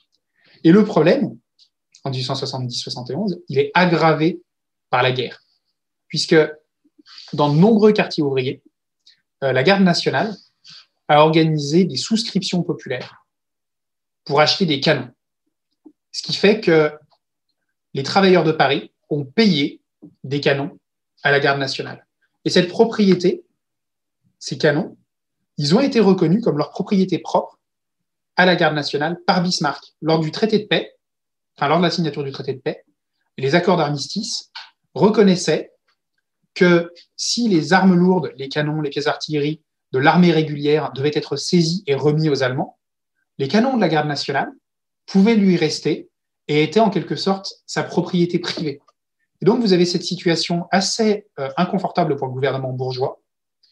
Et le problème, en 1870-71, il est aggravé par la guerre, puisque dans de nombreux quartiers ouvriers, la garde nationale a organisé des souscriptions populaires pour acheter des canons. Ce qui fait que les travailleurs de Paris ont payé des canons à la garde nationale. Et cette propriété, ces canons, ils ont été reconnus comme leur propriété propre à la garde nationale par Bismarck lors du traité de paix, lors de la signature du traité de paix. Les accords d'armistice reconnaissaient que si les armes lourdes, les canons, les pièces d'artillerie de l'armée régulière devaient être saisis et remis aux Allemands, les canons de la garde nationale pouvaient lui rester et étaient en quelque sorte sa propriété privée. Et donc vous avez cette situation assez inconfortable pour le gouvernement bourgeois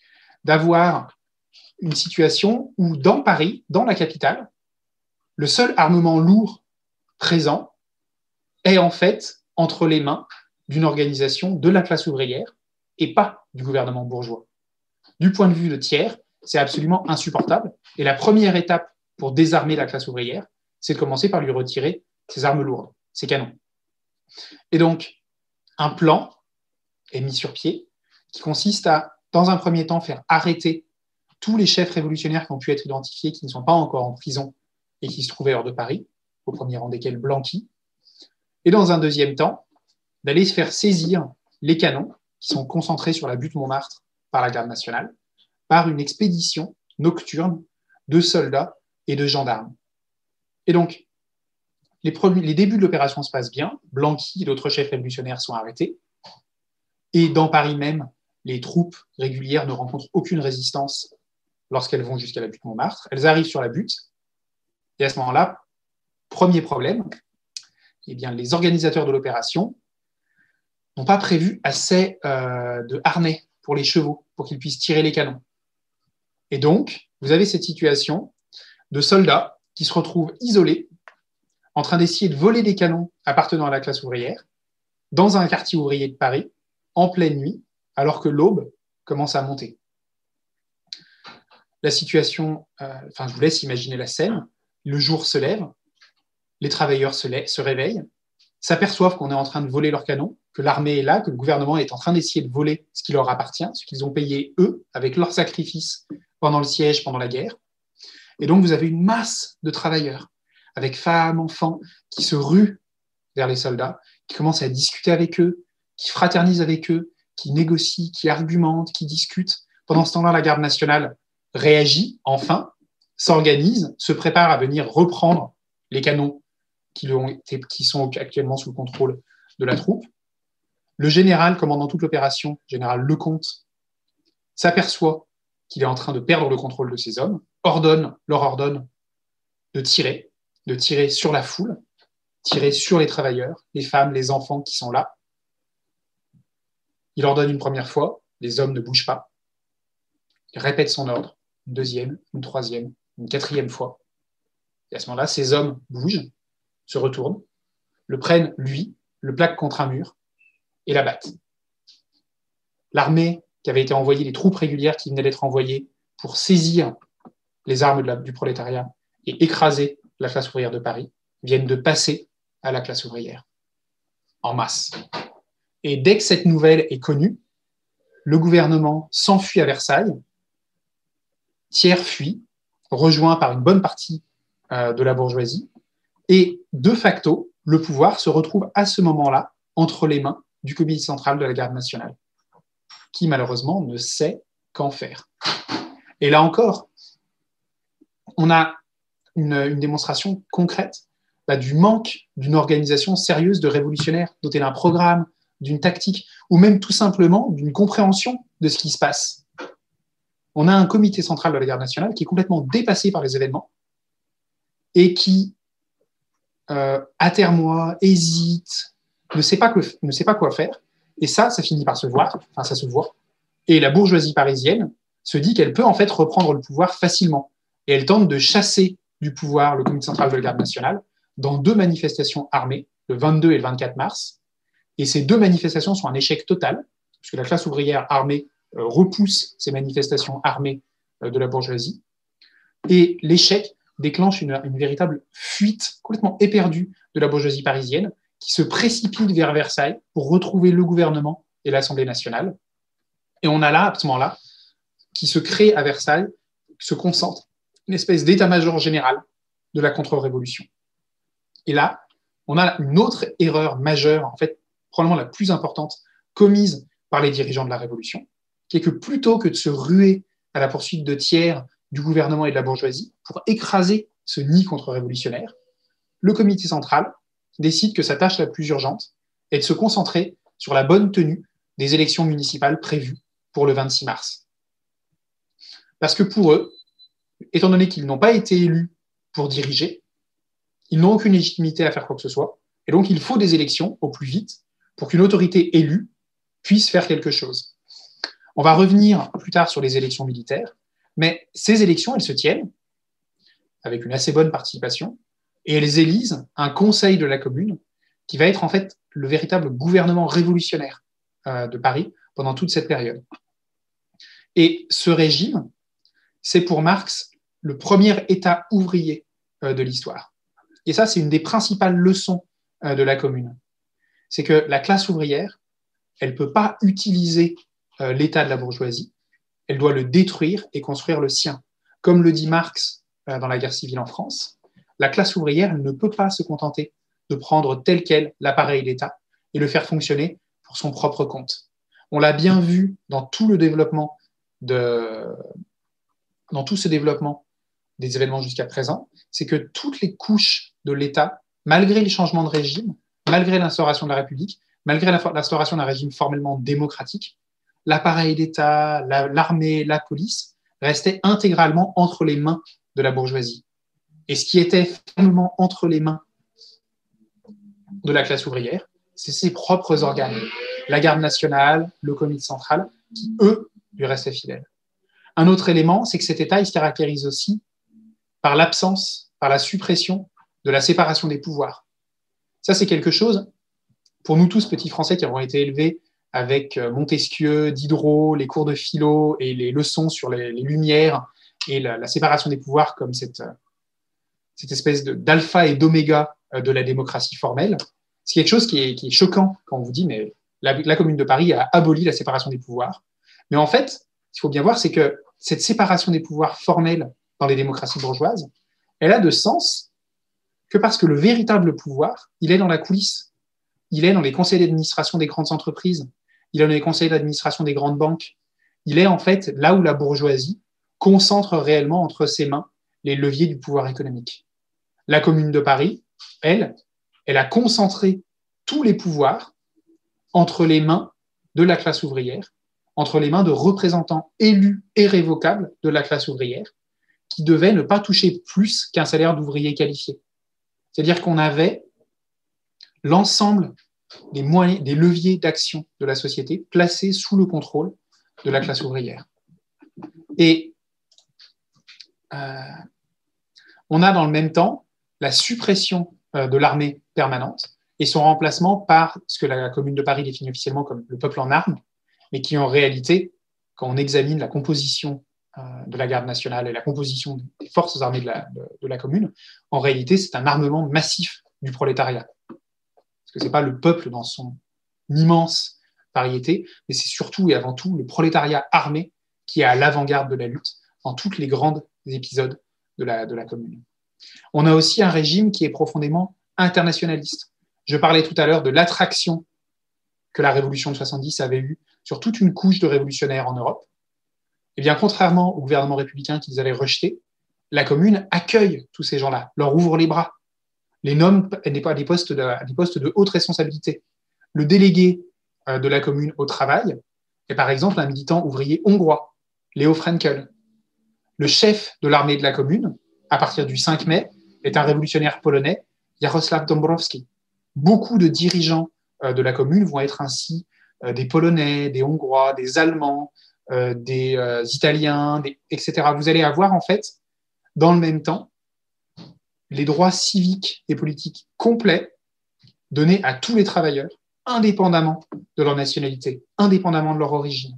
d'avoir une situation où dans Paris, dans la capitale, le seul armement lourd présent est en fait entre les mains d'une organisation de la classe ouvrière et pas du gouvernement bourgeois. Du point de vue de Thiers, c'est absolument insupportable. Et la première étape pour désarmer la classe ouvrière, c'est de commencer par lui retirer ses armes lourdes, ses canons. Et donc, un plan est mis sur pied qui consiste à, dans un premier temps, faire arrêter tous les chefs révolutionnaires qui ont pu être identifiés, qui ne sont pas encore en prison et qui se trouvaient hors de Paris, au premier rang desquels Blanqui. Et dans un deuxième temps, d'aller se faire saisir les canons qui sont concentrés sur la butte Montmartre par la garde nationale, par une expédition nocturne de soldats et de gendarmes. Et donc, les débuts de l'opération se passent bien. Blanqui et d'autres chefs révolutionnaires sont arrêtés. Et dans Paris même, les troupes régulières ne rencontrent aucune résistance lorsqu'elles vont jusqu'à la butte Montmartre. Elles arrivent sur la butte. Et à ce moment-là, premier problème, eh bien, les organisateurs de l'opération n'ont pas prévu assez de harnais pour les chevaux, pour qu'ils puissent tirer les canons. Et donc, vous avez cette situation de soldats qui se retrouvent isolés, en train d'essayer de voler des canons appartenant à la classe ouvrière, dans un quartier ouvrier de Paris, en pleine nuit, alors que l'aube commence à monter. La situation, je vous laisse imaginer la scène, le jour se lève, les travailleurs se réveillent, s'aperçoivent qu'on est en train de voler leurs canons, que l'armée est là, que le gouvernement est en train d'essayer de voler ce qui leur appartient, ce qu'ils ont payé eux, avec leurs sacrifices pendant le siège, pendant la guerre. Et donc, vous avez une masse de travailleurs, avec femmes, enfants, qui se ruent vers les soldats, qui commencent à discuter avec eux, qui fraternisent avec eux, qui négocient, qui argumentent, qui discutent. Pendant ce temps-là, la garde nationale réagit, enfin, s'organise, se prépare à venir reprendre les canons qui sont actuellement sous le contrôle de la troupe. Le général, commandant toute l'opération, général Lecomte, s'aperçoit qu'il est en train de perdre le contrôle de ses hommes, leur ordonne de tirer sur la foule, tirer sur les travailleurs, les femmes, les enfants qui sont là. Il ordonne une première fois, les hommes ne bougent pas. Il répète son ordre, une deuxième, une troisième, une quatrième fois. Et à ce moment-là, ces hommes bougent, se retournent, le prennent, lui, le plaquent contre un mur et l'abattent. L'armée qui avait été envoyée, les troupes régulières qui venaient d'être envoyées pour saisir les armes du prolétariat et écraser la classe ouvrière de Paris, viennent de passer à la classe ouvrière, en masse. Et dès que cette nouvelle est connue, le gouvernement s'enfuit à Versailles, Thiers fuit, rejoint par une bonne partie de la bourgeoisie, et de facto, le pouvoir se retrouve à ce moment-là entre les mains du comité central de la Garde nationale, qui malheureusement ne sait qu'en faire. Et là encore, on a une démonstration concrète du manque d'une organisation sérieuse de révolutionnaires, dotée d'un programme, d'une tactique, ou même tout simplement d'une compréhension de ce qui se passe. On a un comité central de la Garde nationale qui est complètement dépassé par les événements et qui atermoie, hésite, ne sait pas quoi faire. Et ça finit par se voir, enfin ça se voit. Et la bourgeoisie parisienne se dit qu'elle peut en fait reprendre le pouvoir facilement. Et elle tente de chasser du pouvoir le comité central de la Garde nationale dans 2 manifestations armées, le 22 et le 24 mars. Et ces 2 manifestations sont un échec total, puisque la classe ouvrière armée repousse ces manifestations armées de la bourgeoisie. Et l'échec déclenche une véritable fuite complètement éperdue de la bourgeoisie parisienne qui se précipite vers Versailles pour retrouver le gouvernement et l'Assemblée nationale. Et on a là, à ce moment-là, qui se crée à Versailles, se concentre une espèce d'état-major général de la contre-révolution. Et là, on a une autre erreur majeure, en fait, probablement la plus importante, commise par les dirigeants de la Révolution, qui est que plutôt que de se ruer à la poursuite de Thiers, du gouvernement et de la bourgeoisie, pour écraser ce nid contre-révolutionnaire, le comité central décide que sa tâche la plus urgente est de se concentrer sur la bonne tenue des élections municipales prévues pour le 26 mars. Parce que pour eux, étant donné qu'ils n'ont pas été élus pour diriger, ils n'ont aucune légitimité à faire quoi que ce soit, et donc il faut des élections au plus vite pour qu'une autorité élue puisse faire quelque chose. On va revenir plus tard sur les élections militaires, mais ces élections, elles se tiennent avec une assez bonne participation, et elles élisent un conseil de la commune qui va être en fait le véritable gouvernement révolutionnaire de Paris pendant toute cette période. Et ce régime, c'est pour Marx le premier État ouvrier de l'histoire. Et ça, c'est une des principales leçons de la commune. C'est que la classe ouvrière, elle ne peut pas utiliser l'État de la bourgeoisie, elle doit le détruire et construire le sien. Comme le dit Marx dans la guerre civile en France, la classe ouvrière elle ne peut pas se contenter de prendre tel quel l'appareil d'État et le faire fonctionner pour son propre compte. On l'a bien vu dans tout ce développement des événements jusqu'à présent, c'est que toutes les couches de l'État, malgré les changements de régime, malgré l'instauration de la République, malgré l'instauration d'un régime formellement démocratique, l'appareil d'État, l'armée, la police restaient intégralement entre les mains de la bourgeoisie. Et ce qui était fermement entre les mains de la classe ouvrière, c'est ses propres organes. La Garde nationale, le comité central, qui, eux, lui restaient fidèles. Un autre élément, c'est que cet État, il se caractérise aussi par l'absence, par la suppression de la séparation des pouvoirs. Ça, c'est quelque chose, pour nous tous, petits Français qui avons été élevés avec Montesquieu, Diderot, les cours de philo et les leçons sur les Lumières et la séparation des pouvoirs comme cette espèce d'alpha et d'oméga de la démocratie formelle. C'est quelque chose qui est choquant quand on vous dit mais la Commune de Paris a aboli la séparation des pouvoirs. Mais en fait, ce qu'il faut bien voir, c'est que cette séparation des pouvoirs formels dans les démocraties bourgeoises, elle a de sens que parce que le véritable pouvoir, il est dans la coulisse. Il est dans les conseils d'administration des grandes entreprises. Il est dans les conseils d'administration des grandes banques. Il est en fait là où la bourgeoisie concentre réellement entre ses mains les leviers du pouvoir économique. La Commune de Paris, elle a concentré tous les pouvoirs entre les mains de la classe ouvrière, entre les mains de représentants élus et révocables de la classe ouvrière, qui devaient ne pas toucher plus qu'un salaire d'ouvrier qualifié. C'est-à-dire qu'on avait l'ensemble des moyens, des leviers d'action de la société placés sous le contrôle de la classe ouvrière. Et on a dans le même temps la suppression de l'armée permanente et son remplacement par ce que la Commune de Paris définit officiellement comme le peuple en armes, mais qui en réalité, quand on examine la composition de la garde nationale et la composition des forces armées de la Commune, en réalité, c'est un armement massif du prolétariat. Parce que ce n'est pas le peuple dans son immense variété, mais c'est surtout et avant tout le prolétariat armé qui est à l'avant-garde de la lutte en tous les grands épisodes de la Commune. On a aussi un régime qui est profondément internationaliste. Je parlais tout à l'heure de l'attraction que la Révolution de 70 avait eue sur toute une couche de révolutionnaires en Europe. Eh bien, contrairement au gouvernement républicain qu'ils avaient rejeté, la Commune accueille tous ces gens-là, leur ouvre les bras, les nomme à des postes de haute responsabilité. Le délégué de la Commune au travail est par exemple un militant ouvrier hongrois, Léo Frenkel. Le chef de l'armée de la Commune, à partir du 5 mai, est un révolutionnaire polonais, Jarosław Dąbrowski. Beaucoup de dirigeants de la Commune vont être ainsi des Polonais, des Hongrois, des Allemands, des Italiens, etc. Vous allez avoir en fait, dans le même temps, les droits civiques et politiques complets donnés à tous les travailleurs, indépendamment de leur nationalité, indépendamment de leur origine.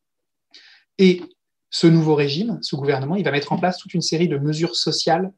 Et ce nouveau régime, ce gouvernement, il va mettre en place toute une série de mesures sociales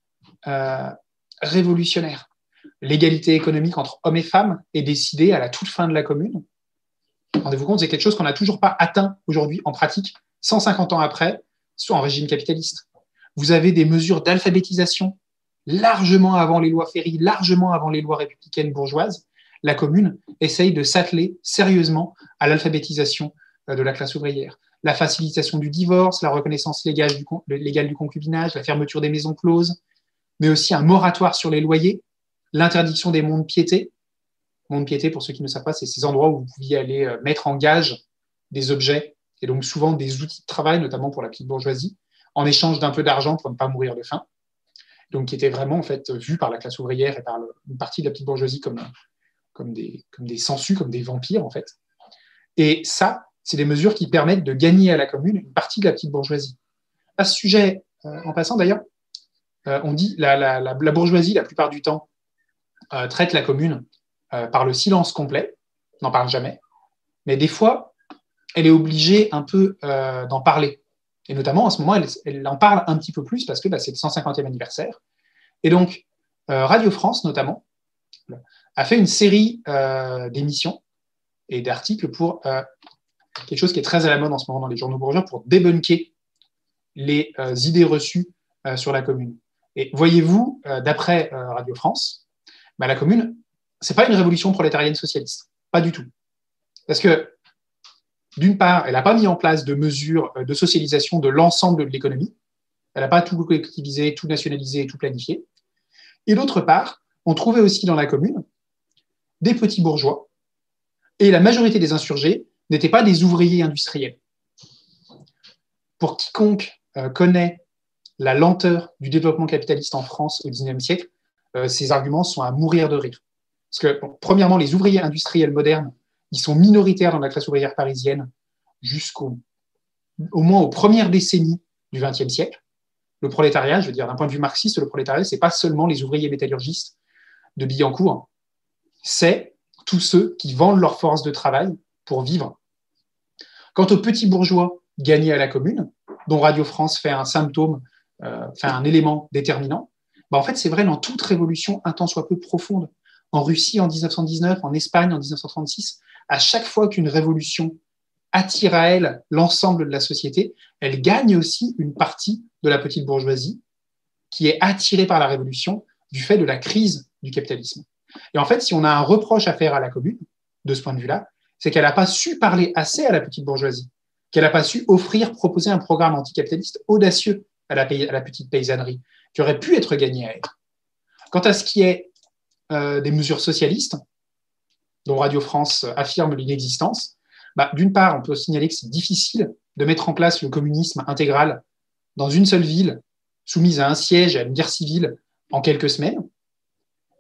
révolutionnaires. L'égalité économique entre hommes et femmes est décidée à la toute fin de la Commune. Rendez-vous compte, c'est quelque chose qu'on n'a toujours pas atteint aujourd'hui en pratique, 150 ans après, soit en régime capitaliste. Vous avez des mesures d'alphabétisation largement avant les lois Ferry, largement avant les lois républicaines bourgeoises. La Commune essaye de s'atteler sérieusement à l'alphabétisation de la classe ouvrière. La facilitation du divorce, la reconnaissance légale du concubinage, la fermeture des maisons closes, mais aussi un moratoire sur les loyers, l'interdiction des monts-de-piété. Monts-de-piété, pour ceux qui ne savent pas, c'est ces endroits où vous pouviez aller mettre en gage des objets, et donc souvent des outils de travail, notamment pour la petite bourgeoisie, en échange d'un peu d'argent pour ne pas mourir de faim. Donc qui était vraiment en fait vu par la classe ouvrière et par une partie de la petite bourgeoisie comme des sangsues, comme des vampires en fait. Et ça, c'est des mesures qui permettent de gagner à la Commune une partie de la petite bourgeoisie. À ce sujet, en passant d'ailleurs, on dit la bourgeoisie, la plupart du temps, traite la Commune par le silence complet, n'en parle jamais, mais des fois, elle est obligée un peu d'en parler. Et notamment, en ce moment, elle en parle un petit peu plus parce que c'est le 150e anniversaire. Et donc, Radio France, notamment, a fait une série d'émissions et d'articles pour quelque chose qui est très à la mode en ce moment dans les journaux bourgeois, pour débunker les idées reçues sur la Commune. Et voyez-vous, d'après Radio France, la Commune, ce n'est pas une révolution prolétarienne socialiste. Pas du tout. Parce que, d'une part, elle n'a pas mis en place de mesures de socialisation de l'ensemble de l'économie. Elle n'a pas tout collectivisé, tout nationalisé, tout planifié. Et d'autre part, on trouvait aussi dans la Commune des petits bourgeois. Et la majorité des insurgés n'étaient pas des ouvriers industriels. Pour quiconque connaît la lenteur du développement capitaliste en France au XIXe siècle, ces arguments sont à mourir de rire. Parce que, premièrement, les ouvriers industriels modernes, ils sont minoritaires dans la classe ouvrière parisienne jusqu'au moins aux premières décennies du XXe siècle. Le prolétariat, je veux dire, d'un point de vue marxiste, le prolétariat, ce n'est pas seulement les ouvriers métallurgistes de Billancourt, c'est tous ceux qui vendent leur force de travail pour vivre. Quant aux petits bourgeois gagnés à la Commune, dont Radio France fait un symptôme, fait un élément déterminant, en fait, c'est vrai dans toute révolution un tant soit peu profonde. En Russie en 1919, en Espagne en 1936, à chaque fois qu'une révolution attire à elle l'ensemble de la société, elle gagne aussi une partie de la petite bourgeoisie qui est attirée par la révolution du fait de la crise du capitalisme. Et en fait, si on a un reproche à faire à la Commune, de ce point de vue-là, c'est qu'elle n'a pas su parler assez à la petite bourgeoisie, qu'elle n'a pas su proposer un programme anticapitaliste audacieux à la petite paysannerie, qui aurait pu être gagné à elle. Quant à ce qui est des mesures socialistes, dont Radio France affirme l'inexistence, d'une part, on peut signaler que c'est difficile de mettre en place le communisme intégral dans une seule ville, soumise à un siège et à une guerre civile en quelques semaines.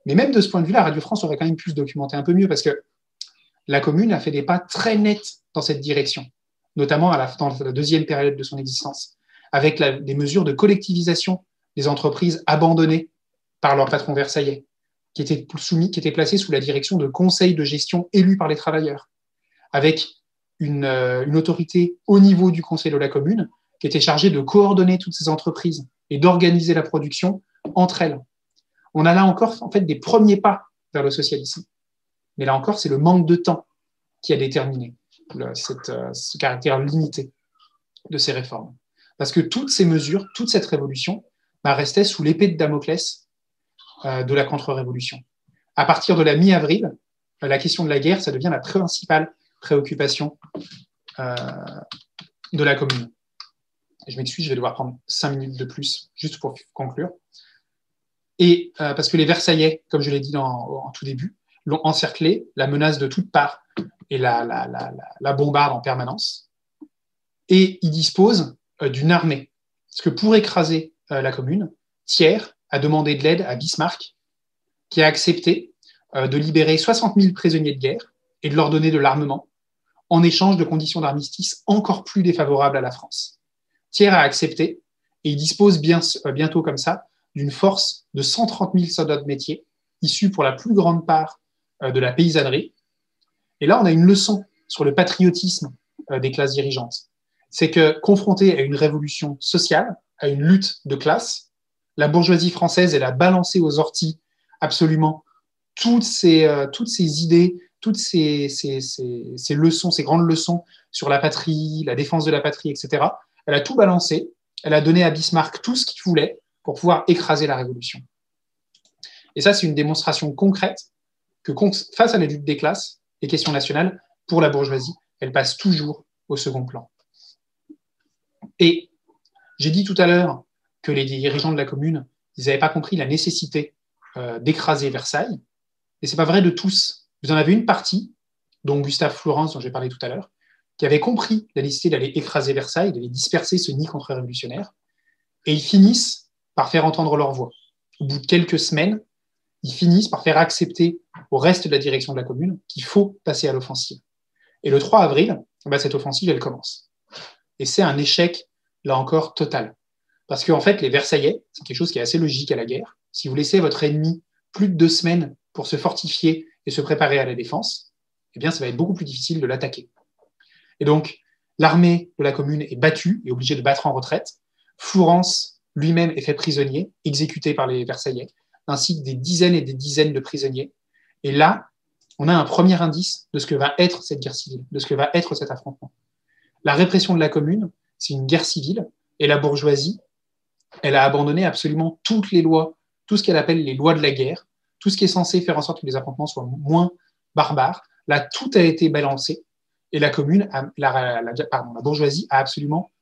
Mais même de ce point de vue-là, Radio France aurait quand même pu se documenter un peu mieux parce que la Commune a fait des pas très nets dans cette direction, notamment dans la deuxième période de son existence, avec des mesures de collectivisation des entreprises abandonnées par leur patron versaillais, qui étaient placés sous la direction de conseils de gestion élus par les travailleurs, avec une autorité au niveau du conseil de la Commune qui était chargée de coordonner toutes ces entreprises et d'organiser la production entre elles. On a là encore en fait des premiers pas vers le socialisme. Mais là encore, c'est le manque de temps qui a déterminé ce caractère limité de ces réformes. Parce que toutes ces mesures, toute cette révolution restait sous l'épée de Damoclès de la contre-révolution. À partir de la mi-avril, la question de la guerre, ça devient la principale préoccupation de la Commune. Je m'excuse, je vais devoir prendre 5 minutes de plus, juste pour conclure. Et parce que les Versaillais, comme je l'ai dit en tout début, l'ont encerclé, la menace de toutes parts et la bombarde en permanence. Et ils disposent d'une armée. Parce que pour écraser la Commune, Thiers a demandé de l'aide à Bismarck, qui a accepté de libérer 60 000 prisonniers de guerre et de leur donner de l'armement en échange de conditions d'armistice encore plus défavorables à la France. Thiers a accepté et il dispose bientôt comme ça d'une force de 130 000 soldats de métier, issus pour la plus grande part de la paysannerie. Et là, on a une leçon sur le patriotisme des classes dirigeantes. C'est que, confrontée à une révolution sociale, à une lutte de classe, la bourgeoisie française, elle a balancé aux orties absolument toutes ces idées, toutes ces leçons, ces grandes leçons sur la patrie, la défense de la patrie, etc. Elle a tout balancé. Elle a donné à Bismarck tout ce qu'il voulait pour pouvoir écraser la révolution. Et ça, c'est une démonstration concrète que face à la lutte des classes, les questions nationales, pour la bourgeoisie, elles passent toujours au second plan. Et j'ai dit tout à l'heure que les dirigeants de la Commune, ils n'avaient pas compris la nécessité d'écraser Versailles. Et ce n'est pas vrai de tous. Vous en avez une partie, dont Gustave Flourens, dont j'ai parlé tout à l'heure, qui avait compris la nécessité d'aller écraser Versailles, d'aller disperser ce nid contre-révolutionnaire. Et ils finissent par faire entendre leur voix. Au bout de quelques semaines, ils finissent par faire accepter au reste de la direction de la Commune qu'il faut passer à l'offensive. Et le 3 avril, cette offensive, elle commence. Et c'est un échec, là encore, total. Parce qu'en fait, les Versaillais, c'est quelque chose qui est assez logique à la guerre. Si vous laissez votre ennemi plus de 2 semaines pour se fortifier et se préparer à la défense, eh bien, ça va être beaucoup plus difficile de l'attaquer. Et donc, l'armée de la Commune est battue et obligée de battre en retraite. Flourens lui-même est fait prisonnier, exécuté par les Versaillais, ainsi que des dizaines et des dizaines de prisonniers. Et là, on a un premier indice de ce que va être cette guerre civile, de ce que va être cet affrontement. La répression de la Commune, c'est une guerre civile, et la bourgeoisie, elle a abandonné absolument toutes les lois, tout ce qu'elle appelle les lois de la guerre, tout ce qui est censé faire en sorte que les affrontements soient moins barbares. Là, tout a été balancé, et la Commune, la bourgeoisie a absolument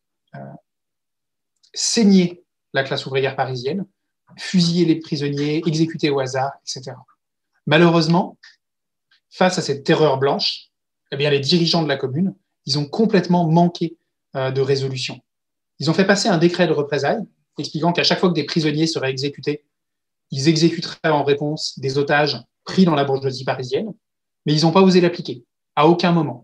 saigné la classe ouvrière parisienne, fusillé les prisonniers, exécuté au hasard, etc. Malheureusement, face à cette terreur blanche, eh bien, les dirigeants de la Commune, ils ont complètement manqué de résolution. Ils ont fait passer un décret de représailles expliquant qu'à chaque fois que des prisonniers seraient exécutés, ils exécuteraient en réponse des otages pris dans la bourgeoisie parisienne, mais ils n'ont pas osé l'appliquer, à aucun moment.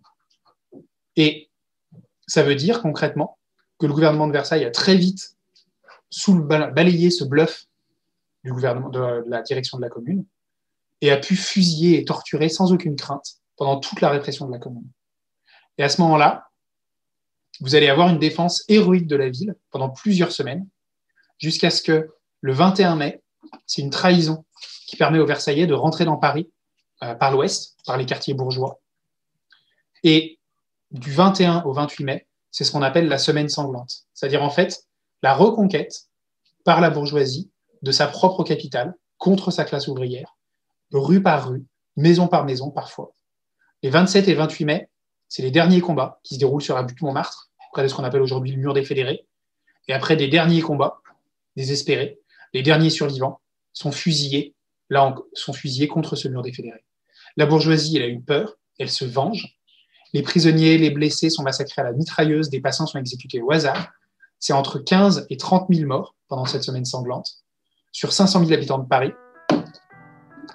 Et ça veut dire concrètement que le gouvernement de Versailles a très vite balayé ce bluff du gouvernement, de la direction de la Commune, et a pu fusiller et torturer sans aucune crainte pendant toute la répression de la Commune. Et à ce moment-là, vous allez avoir une défense héroïque de la ville pendant plusieurs semaines, jusqu'à ce que le 21 mai, c'est une trahison qui permet aux Versaillais de rentrer dans Paris par l'ouest, par les quartiers bourgeois. Et du 21 au 28 mai, c'est ce qu'on appelle la semaine sanglante. C'est-à-dire en fait la reconquête par la bourgeoisie de sa propre capitale contre sa classe ouvrière, rue par rue, maison par maison parfois. Les 27 et 28 mai, c'est les derniers combats qui se déroulent sur la butte Montmartre, près de ce qu'on appelle aujourd'hui le mur des Fédérés. Et après des derniers combats, désespérés, les derniers survivants sont fusillés contre ce mur des Fédérés. La bourgeoisie, elle a eu peur, elle se venge. Les prisonniers, les blessés sont massacrés à la mitrailleuse, des passants sont exécutés au hasard. C'est entre 15 et 30 000 morts pendant cette semaine sanglante, sur 500 000 habitants de Paris.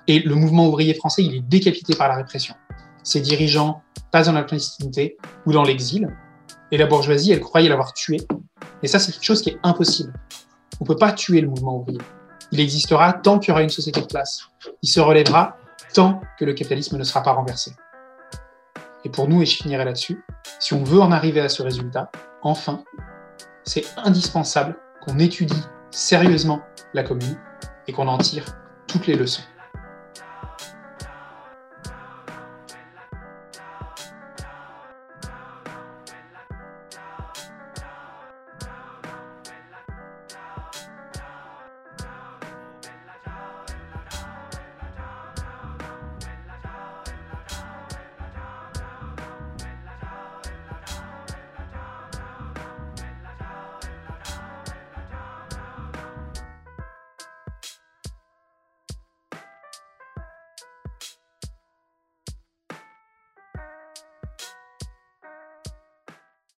Et le mouvement ouvrier français, il est décapité par la répression. Ses dirigeants passent dans la clandestinité ou dans l'exil. Et la bourgeoisie, elle croyait l'avoir tué. Et ça, c'est quelque chose qui est impossible. On ne peut pas tuer le mouvement ouvrier. Il existera tant qu'il y aura une société de classe. Il se relèvera tant que le capitalisme ne sera pas renversé. Et pour nous, et je finirai là-dessus, si on veut en arriver à ce résultat, enfin, c'est indispensable qu'on étudie sérieusement la Commune et qu'on en tire toutes les leçons.